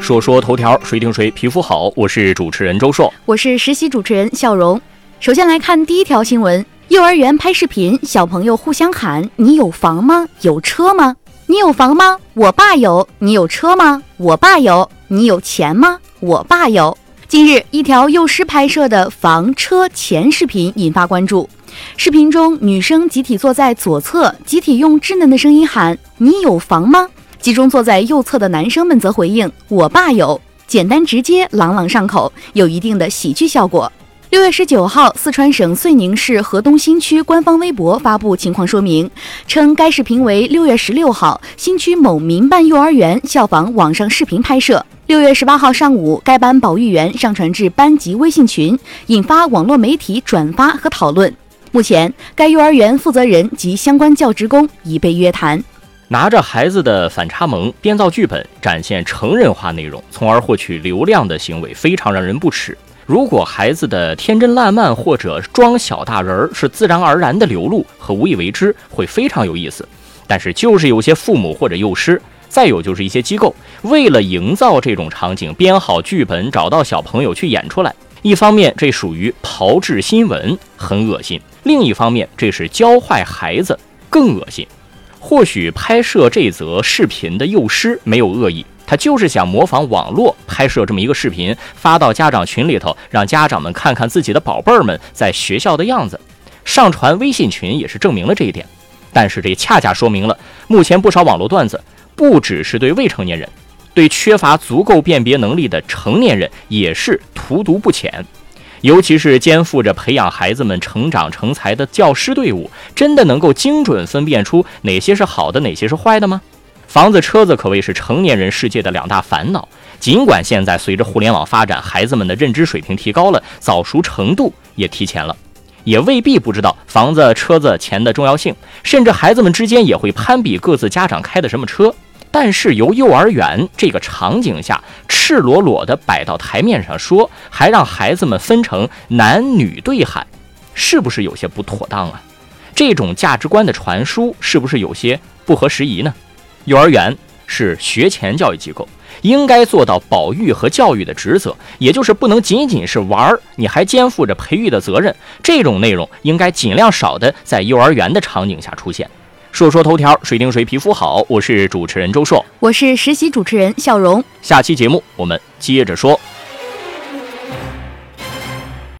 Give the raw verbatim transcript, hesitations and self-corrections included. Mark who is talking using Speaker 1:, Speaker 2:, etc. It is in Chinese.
Speaker 1: 说说头条，谁听谁皮肤好，我是主持人周硕，
Speaker 2: 我是实习主持人笑容。首先来看第一条新闻，幼儿园拍视频，小朋友互相喊：你有房吗？有车吗？你有房吗？我爸有。你有车吗？我爸有。你有钱吗？我爸有。近日，一条幼师拍摄的房车钱视频引发关注。视频中，女生集体坐在左侧，集体用稚嫩的声音喊：你有房吗？其中坐在右侧的男生们则回应：我爸有。简单直接，朗朗上口，有一定的喜剧效果。六月十九号，四川省遂宁市河东新区官方微博发布情况说明，称该视频为六月十六号新区某民办幼儿园效仿网上视频拍摄。六月十八号上午，该班保育员上传至班级微信群，引发网络媒体转发和讨论。目前，该幼儿园负责人及相关教职工已被约谈。
Speaker 1: 拿着孩子的反差萌编造剧本，展现成人化内容，从而获取流量的行为非常让人不齿。如果孩子的天真烂漫或者装小大人是自然而然的流露和无以为之，会非常有意思。但是就是有些父母或者幼师，再有就是一些机构，为了营造这种场景，编好剧本，找到小朋友去演出来。一方面这属于炮制新闻，很恶心；另一方面这是教坏孩子，更恶心。或许拍摄这则视频的幼师没有恶意，他就是想模仿网络拍摄这么一个视频，发到家长群里头，让家长们看看自己的宝贝儿们在学校的样子。上传微信群也是证明了这一点。但是这恰恰说明了，目前不少网络段子不只是对未成年人，对缺乏足够辨别能力的成年人也是荼毒不浅。尤其是肩负着培养孩子们成长成才的教师队伍，真的能够精准分辨出哪些是好的，哪些是坏的吗？房子车子可谓是成年人世界的两大烦恼，尽管现在随着互联网发展，孩子们的认知水平提高了，早熟程度也提前了，也未必不知道房子车子钱的重要性，甚至孩子们之间也会攀比各自家长开的什么车。但是由幼儿园这个场景下赤裸裸地摆到台面上说，还让孩子们分成男女对喊，是不是有些不妥当啊？这种价值观的传输是不是有些不合时宜呢？幼儿园是学前教育机构，应该做到保育和教育的职责，也就是不能仅仅是玩，你还肩负着培育的责任。这种内容应该尽量少的在幼儿园的场景下出现。说说头条，谁听谁皮肤好，我是主持人周硕，
Speaker 2: 我是实习主持人笑容。
Speaker 1: 下期节目我们接着说。